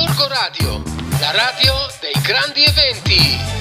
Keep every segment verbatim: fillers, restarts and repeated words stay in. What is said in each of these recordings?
Gorgo Radio, la radio dei grandi eventi.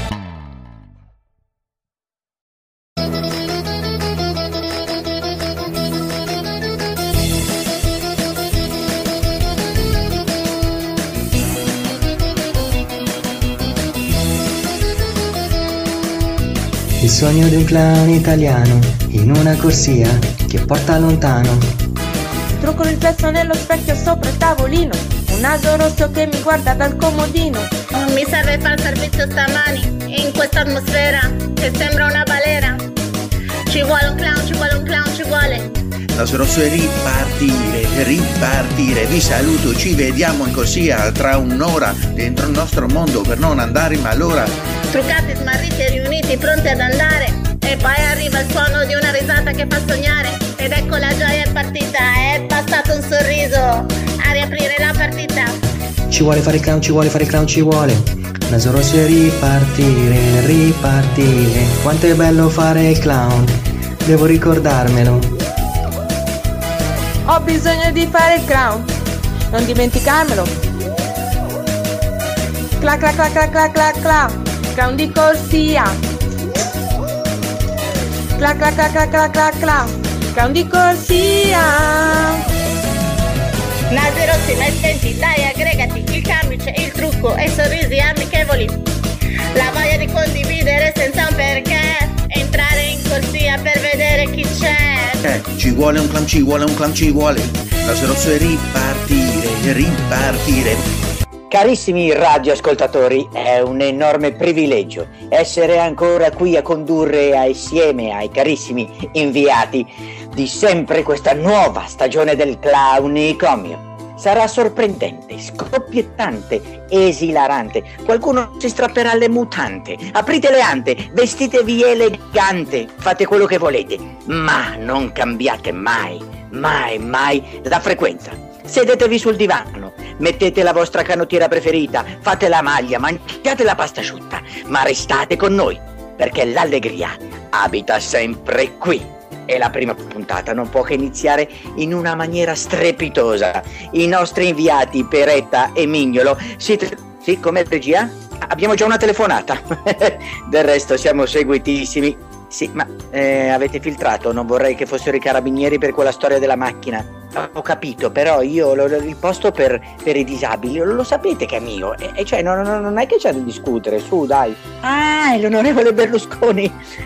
Il sogno di un clown italiano in una corsia che porta lontano. Trucco il pezzo nello specchio sopra il tavolino, un naso rosso che mi guarda dal comodino. Mi serve far servizio stamani in questa atmosfera che sembra una balera. Ci vuole un clown, ci vuole un clown, ci vuole. Naso rosso e ripartire, ripartire. Vi saluto, ci vediamo in corsia tra un'ora dentro il nostro mondo per non andare in malora. Truccati, smarriti e riuniti, pronti ad andare. E poi arriva il suono di una risata che fa sognare. Ed ecco la gioia è partita, è passato un sorriso a riaprire la partita. Ci vuole fare il clown, ci vuole fare il clown, ci vuole. Naso rosso e ripartire, ripartire. Quanto è bello fare il clown, devo ricordarmelo. Ho bisogno di fare il clown, non dimenticarmelo. Cla cla cla cla cla cla cla, clown di corsia. Cla cla cla cla cla cla cla, clown di corsia. Nasi rossi mai spenti, dai aggregati, il camice, il trucco e sorrisi amichevoli. La voglia di condividere senza un perché, entrare in corsia per vedere chi c'è. Eh, ci vuole un clown, ci vuole un clown, ci vuole. Naso rosso e ripartire, ripartire. Carissimi radioascoltatori, è un enorme privilegio essere ancora qui a condurre assieme ai carissimi inviati di sempre questa nuova stagione del clownicomio. Sarà sorprendente, scoppiettante, esilarante. Qualcuno si strapperà le mutante. Aprite le ante, vestitevi elegante, fate quello che volete, ma non cambiate mai, mai, mai la frequenza. Sedetevi sul divano, mettete la vostra canottiera preferita, fate la maglia, mangiate la pasta asciutta, ma restate con noi, perché l'allegria abita sempre qui. E la prima puntata non può che iniziare in una maniera strepitosa. I nostri inviati Peretta e Mignolo si... Tr- sì, come regia? Abbiamo già una telefonata. Del resto siamo seguitissimi. Sì, ma eh, avete filtrato, non vorrei che fossero i carabinieri per quella storia della macchina. Ho capito, però io l'ho riposto per, per i disabili, lo, lo sapete che è mio, e, e cioè non, non è che c'è da discutere, su dai. Ah, è l'onorevole Berlusconi.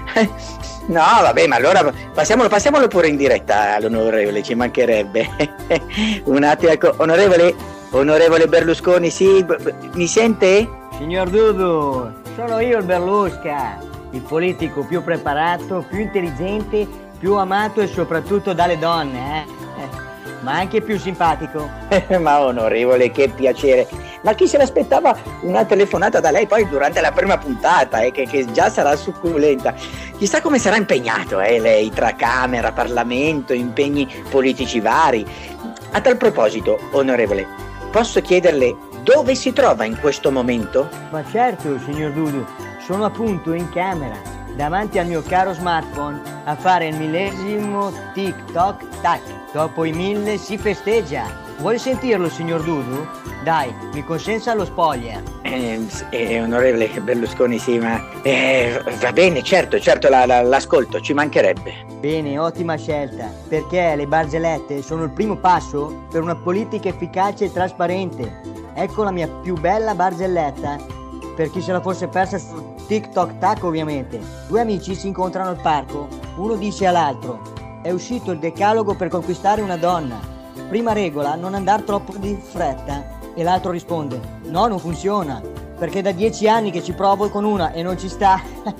No, vabbè, ma allora passiamolo, passiamolo pure in diretta all'onorevole, ci mancherebbe. Un attimo, ecco, onorevole, onorevole Berlusconi, sì, b- b- mi sente? Signor Dudu, sono io il Berlusca, il politico più preparato, più intelligente, più amato e soprattutto dalle donne, eh? Ma anche più simpatico. Ma onorevole, che piacere. Ma chi se l'aspettava una telefonata da lei poi durante la prima puntata, eh, che, che già sarà succulenta. Chissà come sarà impegnato eh, lei tra Camera, Parlamento, impegni politici vari. A tal proposito, onorevole, posso chiederle dove si trova in questo momento? Ma certo, signor Dudu, sono appunto in camera, davanti al mio caro smartphone, a fare il millesimo tic-toc-tac. Dopo i mille si festeggia. Vuoi sentirlo, signor Dudu? Dai, mi consenta lo spoiler. Eh, eh, onorevole Berlusconi, sì, ma... Eh, va bene, certo, certo, la, la, l'ascolto, ci mancherebbe. Bene, ottima scelta, perché le barzellette sono il primo passo per una politica efficace e trasparente. Ecco la mia più bella barzelletta, per chi se la fosse persa su tic-toc-tac ovviamente. Due amici si incontrano al parco, uno dice all'altro: è uscito il decalogo per conquistare una donna. Prima regola, non andare troppo di fretta. E l'altro risponde: no, non funziona, perché da dieci anni che ci provo con una e non ci sta.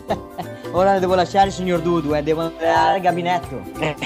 Ora la devo lasciare, signor Dudu, e eh, devo andare al gabinetto.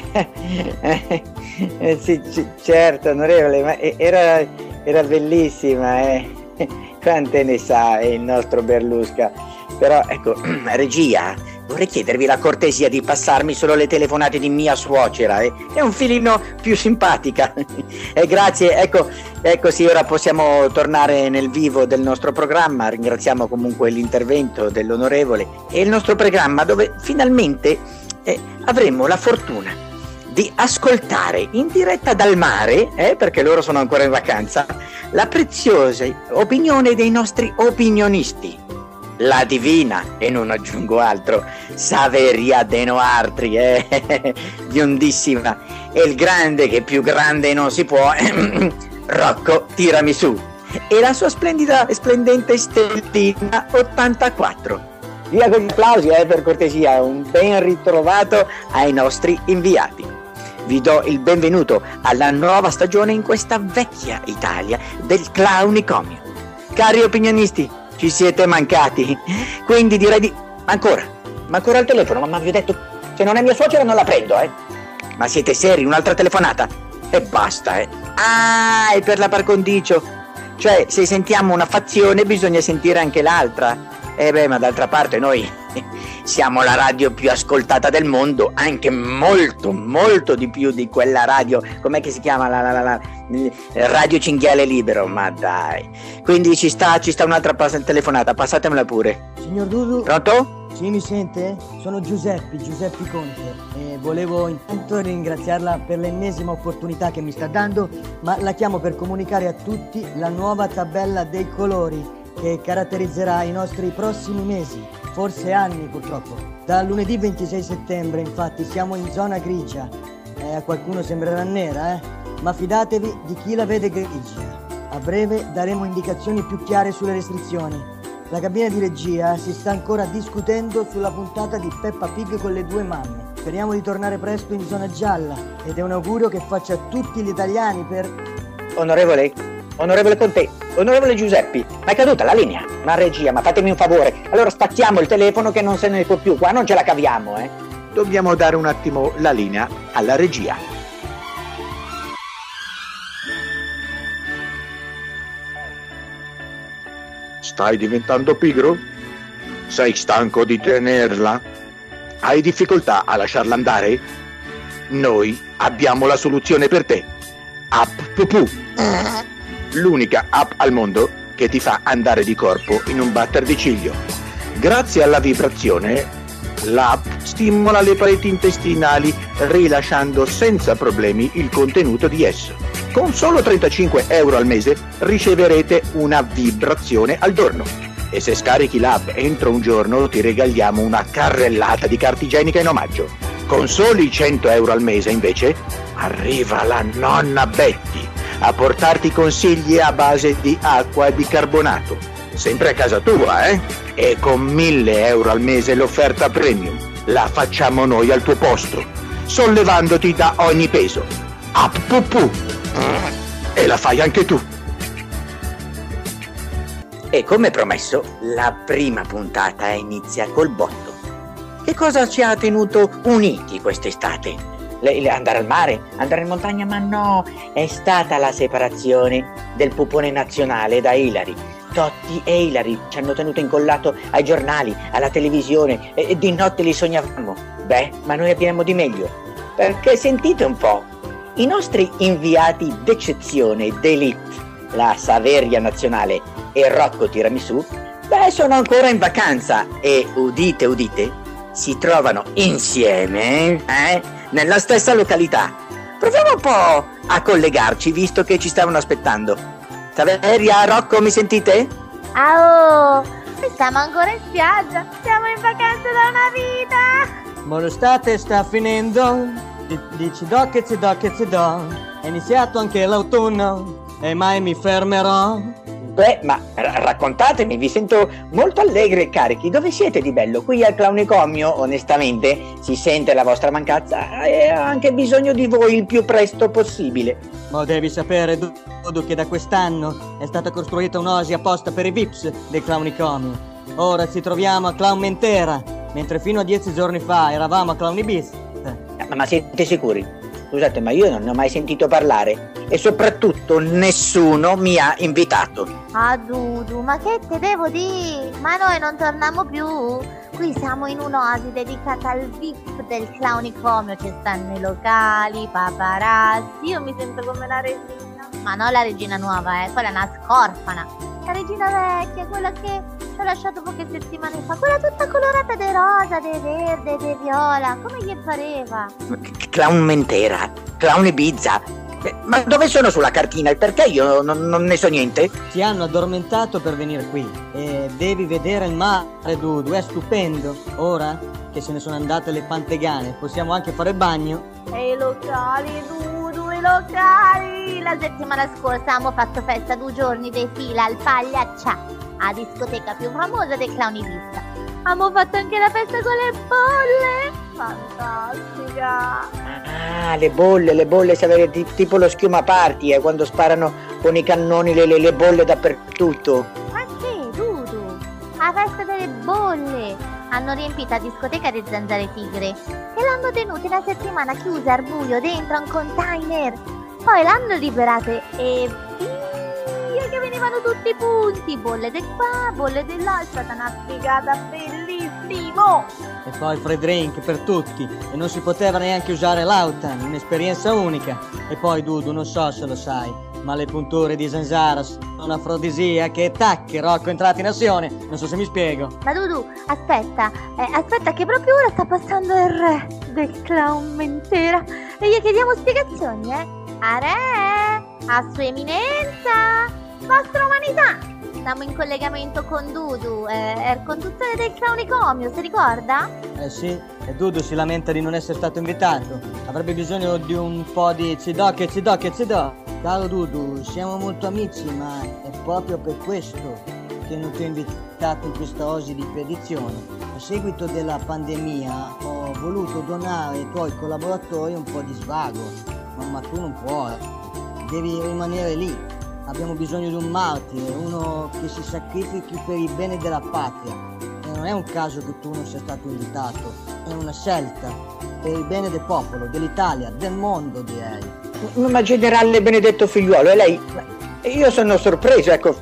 eh, sì, c- certo, onorevole, ma era, era bellissima, eh. Quante ne sa il nostro Berlusca. Però, ecco, regia, vorrei chiedervi la cortesia di passarmi solo le telefonate di mia suocera, eh? È un filino più simpatica. E grazie, ecco, ecco sì, ora possiamo tornare nel vivo del nostro programma. Ringraziamo comunque l'intervento dell'onorevole e il nostro programma dove finalmente eh, avremo la fortuna di ascoltare in diretta dal mare, eh, perché loro sono ancora in vacanza, la preziosa opinione dei nostri opinionisti. La divina, e non aggiungo altro, Saveria De Noartri, eh, biondissima, e il grande che più grande non si può, Rocco Tiramisù, e la sua splendida e splendente stellina ottantaquattro. Via con gli applausi, eh, per cortesia, un ben ritrovato ai nostri inviati. Vi do il benvenuto alla nuova stagione in questa vecchia Italia del clownicomio. Cari opinionisti, ci siete mancati, quindi direi di... Ancora, ma ancora il telefono, ma vi ho detto, se non è mia suocera non la prendo, eh. Ma siete seri, un'altra telefonata? E basta, eh. Ah, è per la par condicio. Cioè, se sentiamo una fazione bisogna sentire anche l'altra. E beh, ma d'altra parte noi siamo la radio più ascoltata del mondo, anche molto, molto di più di quella radio, com'è che si chiama? La, la, la, la Radio Cinghiale Libero, ma dai. Quindi ci sta, ci sta un'altra pass- telefonata, passatemela pure. Signor Dudu? Pronto? Sì, mi sente? Sono Giuseppe, Giuseppe Conte, e volevo intanto ringraziarla per l'ennesima opportunità che mi sta dando, ma la chiamo per comunicare a tutti la nuova tabella dei colori che caratterizzerà i nostri prossimi mesi, forse anni purtroppo. Da lunedì ventisei settembre infatti siamo in zona grigia, eh, a qualcuno sembrerà nera, eh? Ma fidatevi di chi la vede grigia. A breve daremo indicazioni più chiare sulle restrizioni. La cabina di regia si sta ancora discutendo sulla puntata di Peppa Pig con le due mamme. Speriamo di tornare presto in zona gialla ed è un augurio che faccio a tutti gli italiani per... Onorevole, onorevole Conte, onorevole Giuseppi, ma è caduta la linea? Ma regia, ma fatemi un favore, allora spacchiamo il telefono che non se ne può più, qua non ce la caviamo, eh. Dobbiamo dare un attimo la linea alla regia. Stai diventando pigro? Sei stanco di tenerla? Hai difficoltà a lasciarla andare? Noi abbiamo la soluzione per te. App Pupù. L'unica app al mondo che ti fa andare di corpo in un batter di ciglio. Grazie alla vibrazione, l'app stimola le pareti intestinali rilasciando senza problemi il contenuto di esso. Con solo trentacinque euro al mese riceverete una vibrazione al giorno. E se scarichi l'app entro un giorno ti regaliamo una carrellata di carta igienica in omaggio. Con soli cento euro al mese invece arriva la nonna Betty a portarti consigli a base di acqua e bicarbonato. Sempre a casa tua, eh? E con mille euro al mese l'offerta premium la facciamo noi al tuo posto, sollevandoti da ogni peso. App Pupù. E la fai anche tu. E come promesso, la prima puntata inizia col botto. Che cosa ci ha tenuto uniti quest'estate? Le, le, andare al mare? Andare in montagna? Ma no, è stata la separazione del pupone nazionale da Ilari. Totti e Ilari ci hanno tenuto incollato ai giornali, alla televisione, e, e di notte li sognavamo. Beh, ma noi abbiamo di meglio. Perché sentite un po', i nostri inviati d'eccezione, d'élite, la Saveria Nazionale e Rocco Tiramisù, beh, sono ancora in vacanza e, udite, udite, si trovano insieme, eh, nella stessa località. Proviamo un po' a collegarci, visto che ci stavano aspettando. Saveria, Rocco, mi sentite? Ah, oh, siamo ancora in spiaggia, siamo in vacanza da una vita. Ma l'estate sta finendo. Dici do che ci do che ci do. È iniziato anche l'autunno e mai mi fermerò. Beh, ma r- raccontatemi, vi sento molto allegri e carichi. Dove siete di bello? Qui al Clownicomio, onestamente, si sente la vostra mancanza e ho anche bisogno di voi il più presto possibile. Ma devi sapere, Dudu, che da quest'anno è stata costruita un'oasi apposta per i V I Ps del Clownicomio. Ora ci troviamo a Clown Mentera, mentre fino a dieci giorni fa eravamo a Clownibis. Ma, ma siete sicuri? Scusate, ma io non ne ho mai sentito parlare e soprattutto nessuno mi ha invitato. Ah, Dudu, ma che te devo dire? Ma noi non torniamo più. Qui siamo in un'oasi dedicata al V I P del Clownicomio. Ci stanno i locali, paparazzi. Io mi sento come la regina. Ma non la regina nuova, eh, quella è una scorfana. La regina vecchia, quella che ci ha lasciato poche settimane fa, quella tutta colorata di rosa, di verde, di viola, come gli pareva. Clown Mentera, Clown Ibiza. Ma dove sono sulla cartina? Perché io non, non ne so niente? Ti hanno addormentato per venire qui e devi vedere il mare, Dudu, è stupendo. Ora che se ne sono andate le pantegane, possiamo anche fare il bagno. E i locali, Dudu, i locali! La settimana scorsa abbiamo fatto festa due giorni di fila al Pagliaccia, a discoteca più famosa del Clown Ibiza. Abbiamo fatto anche la festa con le bolle! Fantastica! Ah, le bolle, le bolle, sapere, tipo lo schiuma party, eh, quando sparano con i cannoni le, le, le bolle dappertutto. Ma che, Dudu? La festa delle bolle! Hanno riempito la discoteca di Zanzare Tigre e l'hanno tenuta una settimana chiusa al buio dentro un container. Poi l'hanno liberate e via che venivano tutti i punti, bolle di qua, bolle di là, è stata una figata bellissimo! E poi free drink per tutti e non si poteva neanche usare l'autan, un'esperienza unica. E poi Dudu, non so se lo sai, ma le punture di Zanzara sono afrodisiache e tac, Rocco è entrato in azione, non so se mi spiego. Ma Dudu, aspetta, eh, aspetta che proprio ora sta passando il re del Clown Mentera e gli chiediamo spiegazioni, eh? A re, a sua eminenza, vostra umanità! Siamo in collegamento con Dudu, eh, è il conduttore del Clownicomio, si ricorda? Eh sì, e Dudu si lamenta di non essere stato invitato. Avrebbe bisogno di un po' di cido che cido che cido. Caro Dudu, siamo molto amici, ma è proprio per questo che non ti ho invitato in questa osi di spedizione. A seguito della pandemia ho voluto donare ai tuoi collaboratori un po' di svago, ma, ma tu non puoi, devi rimanere lì. Abbiamo bisogno di un martire, uno che si sacrifichi per il bene della patria. E non è un caso che tu non sia stato invitato, è una scelta per il bene del popolo, dell'Italia, del mondo, direi. Ma generale Benedetto Figliuolo, e lei? Io sono sorpreso, ecco,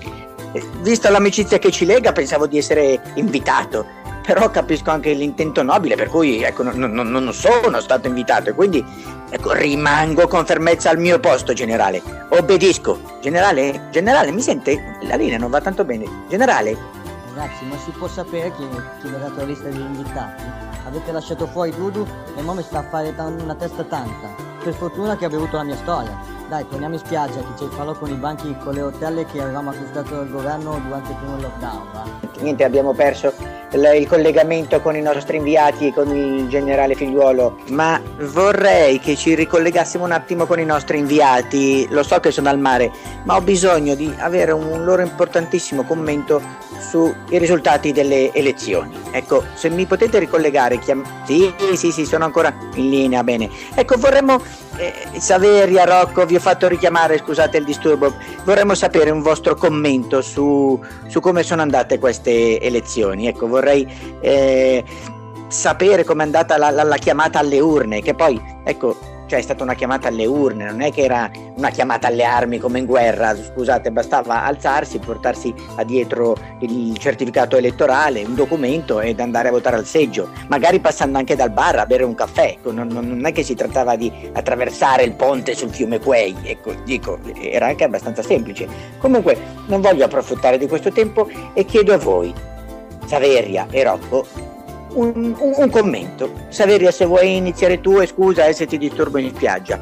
vista l'amicizia che ci lega pensavo di essere invitato. Però capisco anche l'intento nobile, per cui ecco, non, non, non sono stato invitato e quindi ecco, rimango con fermezza al mio posto, generale. Obbedisco. Generale? Generale, mi sente? La linea non va tanto bene. Generale? Ragazzi, ma si può sapere chi, chi vi ha dato la lista degli invitati? Avete lasciato fuori Dudu e mo mi sta a fare una testa tanta. Per fortuna che ha bevuto la mia storia. Dai, torniamo in spiaggia, che ci farò con i banchi, con le hotelle che avevamo acquistato dal governo durante il primo lockdown, va? Niente, abbiamo perso il, il collegamento con i nostri inviati e con il generale Figliuolo, ma vorrei che ci ricollegassimo un attimo con i nostri inviati. Lo so che sono al mare, ma ho bisogno di avere un loro importantissimo commento sui risultati delle elezioni. Ecco, se mi potete ricollegare, chiam- sì, sì, sì, sono ancora in linea, bene. Ecco, vorremmo, eh, Saveria, Rocco, vi ho fatto richiamare, scusate il disturbo, vorremmo sapere un vostro commento su, su come sono andate queste elezioni. Ecco, vorrei eh, sapere com'è andata la, la, la chiamata alle urne, che poi, ecco, cioè è stata una chiamata alle urne, non è che era una chiamata alle armi come in guerra, scusate, bastava alzarsi, portarsi a dietro il certificato elettorale, un documento ed andare a votare al seggio, magari passando anche dal bar a bere un caffè. Non, non è che si trattava di attraversare il ponte sul fiume Quei, ecco, dico, era anche abbastanza semplice. Comunque non voglio approfittare di questo tempo e chiedo a voi, Saveria e Rocco, Un, un, un commento. Saveria, se vuoi iniziare tu, e scusa eh, se ti disturbo in spiaggia.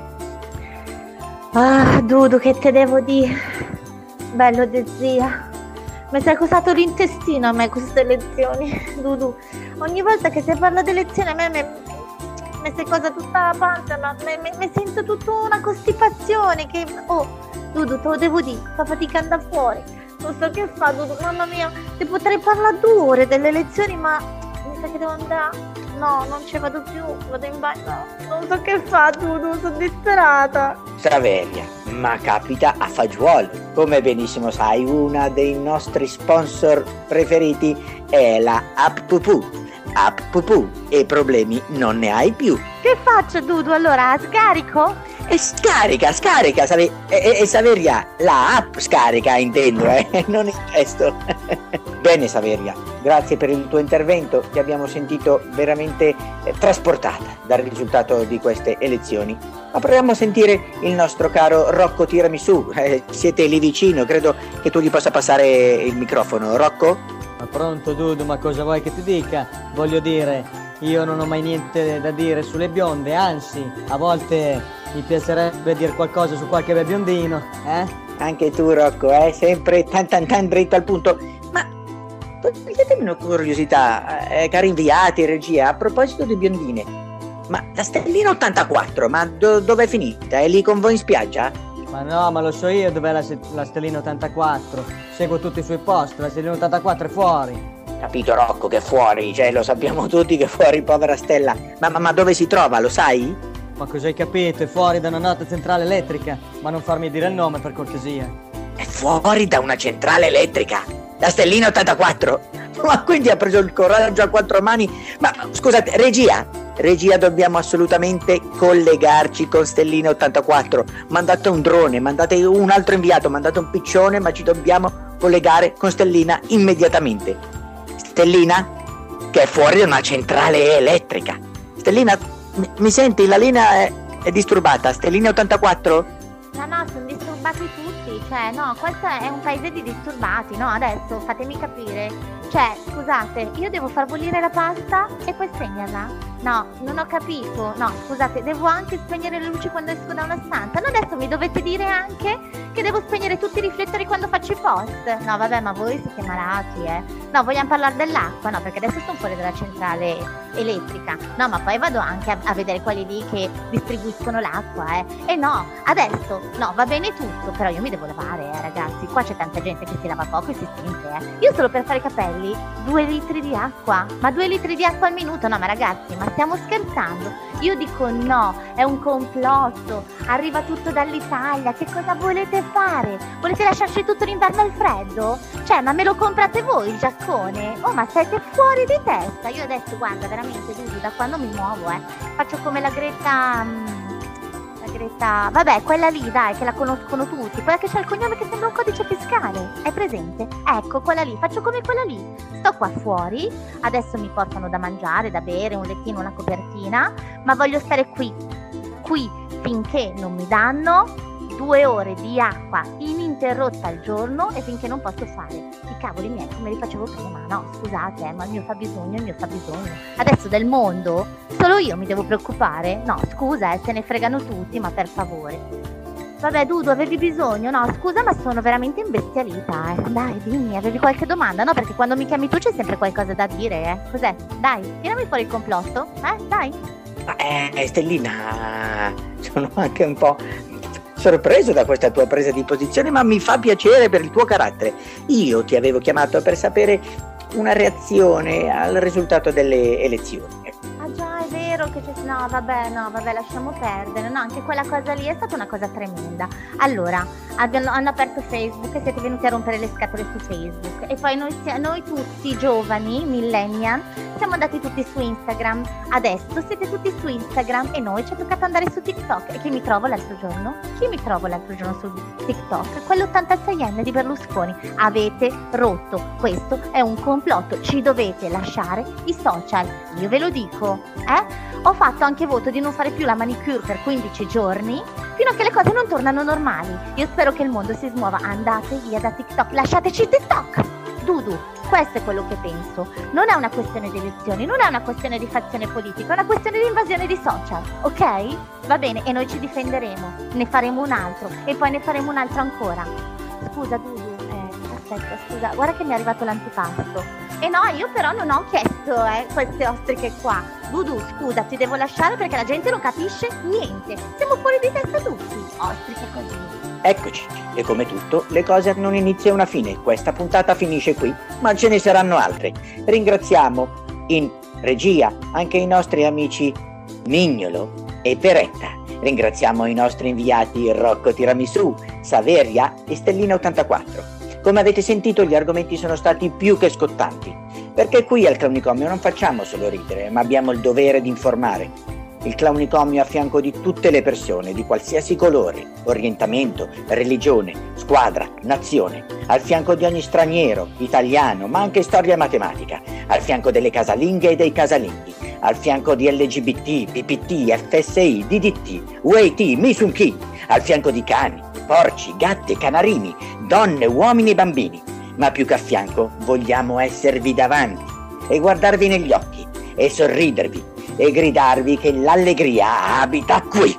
Ah, Dudu, che te devo dire? Bello di zia, mi sei accusato l'intestino a me queste elezioni. Dudu, ogni volta che si parla di elezioni a me mi si cosa tutta la pancia, ma mi sento tutta una costipazione che... Oh, Dudu, te lo devo dire, sto faticando a fuori, non so che fa, Dudu, mamma mia, ti potrei parlare due ore delle elezioni, ma mi sa che devo andare, no, non ci vado più, vado in bagno, non so che fa, Dudu, sono disperata. Saveria, ma capita a fagiolo, come benissimo sai, una dei nostri sponsor preferiti è la App Pupù. App Pupù, e problemi non ne hai più. Che faccio, Dudu, allora, scarico? E scarica, scarica, Save- e, e Saveria, la app scarica intendo, eh, non il testo. Bene Saveria, grazie per il tuo intervento, ti abbiamo sentito veramente eh, trasportata dal risultato di queste elezioni. Ma proviamo a sentire il nostro caro Rocco Tiramisù, eh, siete lì vicino, credo che tu gli possa passare il microfono. Rocco? Ma pronto Dudu, ma cosa vuoi che ti dica? Voglio dire, io non ho mai niente da dire sulle bionde, anzi, a volte mi piacerebbe dire qualcosa su qualche bel biondino, eh? Anche tu Rocco, eh? Sempre tan tan tan dritto al punto. Ma toglietemi una curiosità, eh, cari inviati, regia, a proposito di biondine, ma la stellina ottantaquattro, ma do- dov'è finita? È lì con voi in spiaggia? Ma no, ma lo so io dov'è la, se- la stellina ottantaquattro, seguo tutti i suoi post, la stellina ottantaquattro è fuori. Capito Rocco che è fuori, cioè lo sappiamo tutti che è fuori, povera Stella, ma, ma, ma dove si trova, lo sai? Ma cosa hai capito? È fuori da una nota centrale elettrica, ma non farmi dire il nome per cortesia. È fuori da una centrale elettrica? La stellina ottantaquattro? Ma quindi ha preso il coraggio a quattro mani? Ma scusate, regia, regia dobbiamo assolutamente collegarci con stellina ottantaquattro. Mandate un drone, mandate un altro inviato, mandate un piccione, ma ci dobbiamo collegare con stellina immediatamente. Stellina, che è fuori da una centrale elettrica. Stellina, mi, mi senti? La linea è, è disturbata. Stellina ottantaquattro? No, no, sono disturbati tutti, cioè, no, questo è un paese di disturbati, no, adesso fatemi capire, cioè, scusate, io devo far bollire la pasta e poi spegnerla? No, non ho capito, no, scusate, devo anche spegnere le luci quando esco da una stanza, no, adesso mi dovete dire anche che devo spegnere tutti i riflettori quando faccio i post, no, vabbè, ma voi siete malati, eh, no, vogliamo parlare dell'acqua, no, perché adesso sono fuori dalla centrale elettrica, no, ma poi vado anche a, a vedere quelli lì che distribuiscono l'acqua, eh, e no, adesso, no, va bene tutto, però io mi devo lavare, eh, ragazzi, qua c'è tanta gente che si lava poco e si stinte, eh, io solo per fare i capelli, due litri di acqua, ma due litri di acqua al minuto, no, ma ragazzi, ma stiamo scherzando? Io dico no, è un complotto, arriva tutto dall'Italia, che cosa volete fare? Volete lasciarci tutto l'inverno al freddo? Cioè, ma me lo comprate voi il giaccone? Oh, ma siete fuori di testa, io adesso, guarda, veramente, Dudu, da quando mi muovo, eh, faccio come la Greta... Mh, Greta, vabbè, quella lì, dai, che la conoscono tutti, quella che c'ha il cognome che sembra un codice fiscale, è presente? Ecco, quella lì, faccio come quella lì, sto qua fuori, adesso mi portano da mangiare, da bere, un lettino, una copertina, ma voglio stare qui, qui, finché non mi danno due ore di acqua ininterrotta al giorno e finché non posso fare i cavoli miei come li facevo prima. No, scusate, eh, ma il mio fabbisogno, il mio fabbisogno. Adesso del mondo solo io mi devo preoccupare? No, scusa, eh, se ne fregano tutti, ma per favore. Vabbè, Dudu, avevi bisogno? No, scusa, ma sono veramente imbestialita, eh. Dai, dimmi, avevi qualche domanda? No, perché quando mi chiami tu c'è sempre qualcosa da dire, eh. Cos'è? Dai, tirami fuori il complotto, eh, dai. Eh, Stellina, sono anche un po' sorpreso da questa tua presa di posizione, ma mi fa piacere per il tuo carattere. Io ti avevo chiamato per sapere una reazione al risultato delle elezioni. Ah già, è vero che c'è... No, vabbè, no, vabbè, lasciamo perdere. No, anche quella cosa lì è stata una cosa tremenda. Allora, abbiano, hanno aperto Facebook e siete venuti a rompere le scatole su Facebook. E poi noi, noi tutti giovani, millennial, siamo andati tutti su Instagram. Adesso siete tutti su Instagram e noi ci è toccato andare su TikTok. E chi mi trovo l'altro giorno? Chi mi trovo l'altro giorno su TikTok? Quell'ottantaseienne di Berlusconi. Avete rotto. Questo è un complotto. Ci dovete lasciare i social. Io ve lo dico, eh? Ho fatto anche voto di non fare più la manicure per quindici giorni fino a che le cose non tornano normali. Io spero che il mondo si smuova. Andate via da TikTok, lasciateci TikTok. Dudu, questo è quello che penso. Non è una questione di elezioni, non è una questione di fazione politica, è una questione di invasione di social, ok? Va bene, e noi ci difenderemo. Ne faremo un altro e poi ne faremo un altro ancora. Scusa Dudu, eh, aspetta, scusa, guarda che mi è arrivato l'antipasto. E no, io però non ho chiesto eh, queste ostriche qua. Dudu, scusa, ti devo lasciare perché la gente non capisce niente. Siamo fuori di testa tutti. Ostriche così. Eccoci, e come tutto, le cose hanno un inizio e una fine. Questa puntata finisce qui, ma ce ne saranno altre. Ringraziamo in regia anche i nostri amici Mignolo e Peretta. Ringraziamo i nostri inviati Rocco Tiramisù, Saveria e Stellina ottantaquattro. Come avete sentito, gli argomenti sono stati più che scottanti, perché qui al Cronicomio non facciamo solo ridere, ma abbiamo il dovere di informare. il clownicomio a fianco di tutte le persone di qualsiasi colore, orientamento, religione, squadra, nazione, al fianco di ogni straniero, italiano, ma anche storia e matematica, al fianco delle casalinghe e dei casalinghi, al fianco di L G B T, P P T, F S I, D D T, U A T, Misunchi, al fianco di cani, porci, gatti, canarini, donne, uomini e bambini, ma più che a fianco vogliamo esservi davanti e guardarvi negli occhi e sorridervi e gridarvi che l'allegria abita qui.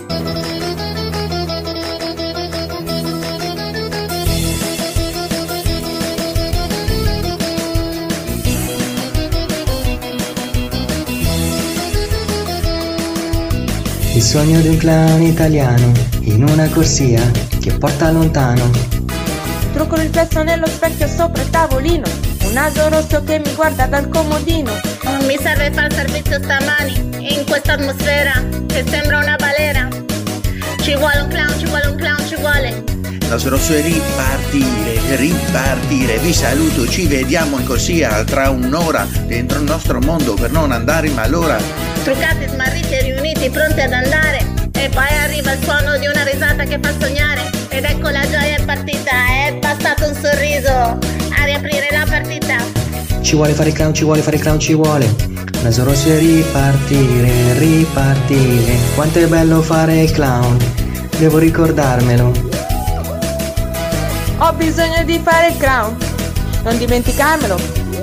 Il sogno di un clown italiano in una corsia che porta lontano. Trucco il riflesso nello specchio sopra il tavolino, un naso rosso che mi guarda dal comodino. Mi serve far servizio stamani in questa atmosfera che sembra una balera. Ci vuole un clown, ci vuole un clown, ci vuole. Naso rosso e ripartire, ripartire. Vi saluto, ci vediamo in corsia tra un'ora dentro il nostro mondo per non andare in malora. Truccati, smarriti e riuniti, pronti ad andare. E poi arriva il suono di una risata che fa sognare. Ed ecco la gioia è partita, è bastato un sorriso a riaprire la partita. Ci vuole fare il clown, ci vuole fare il clown, ci vuole. Naso rosso e ripartire, ripartire. Quanto è bello fare il clown, devo ricordarmelo. Ho bisogno di fare il clown, non dimenticarmelo.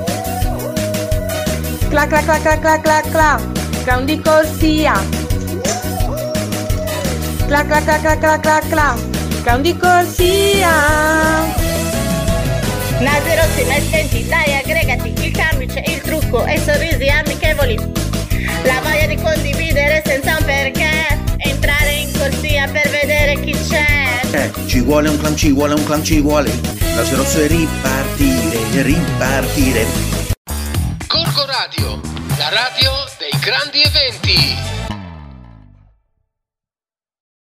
Cla cla cla cla cla cla cla, clown di corsia. Cla cla cla cla cla cla cla, clown di corsia. Nasi rossi, mai spenti, dai aggregati, il camice, il trucco e sorrisi amichevoli. La voglia di condividere senza un perché, entrare in corsia per vedere chi c'è. Eh, ci vuole un clown, ci vuole un clown, ci vuole. Naso rosso e ripartire, ripartire. Gorgo Radio, la radio dei grandi eventi.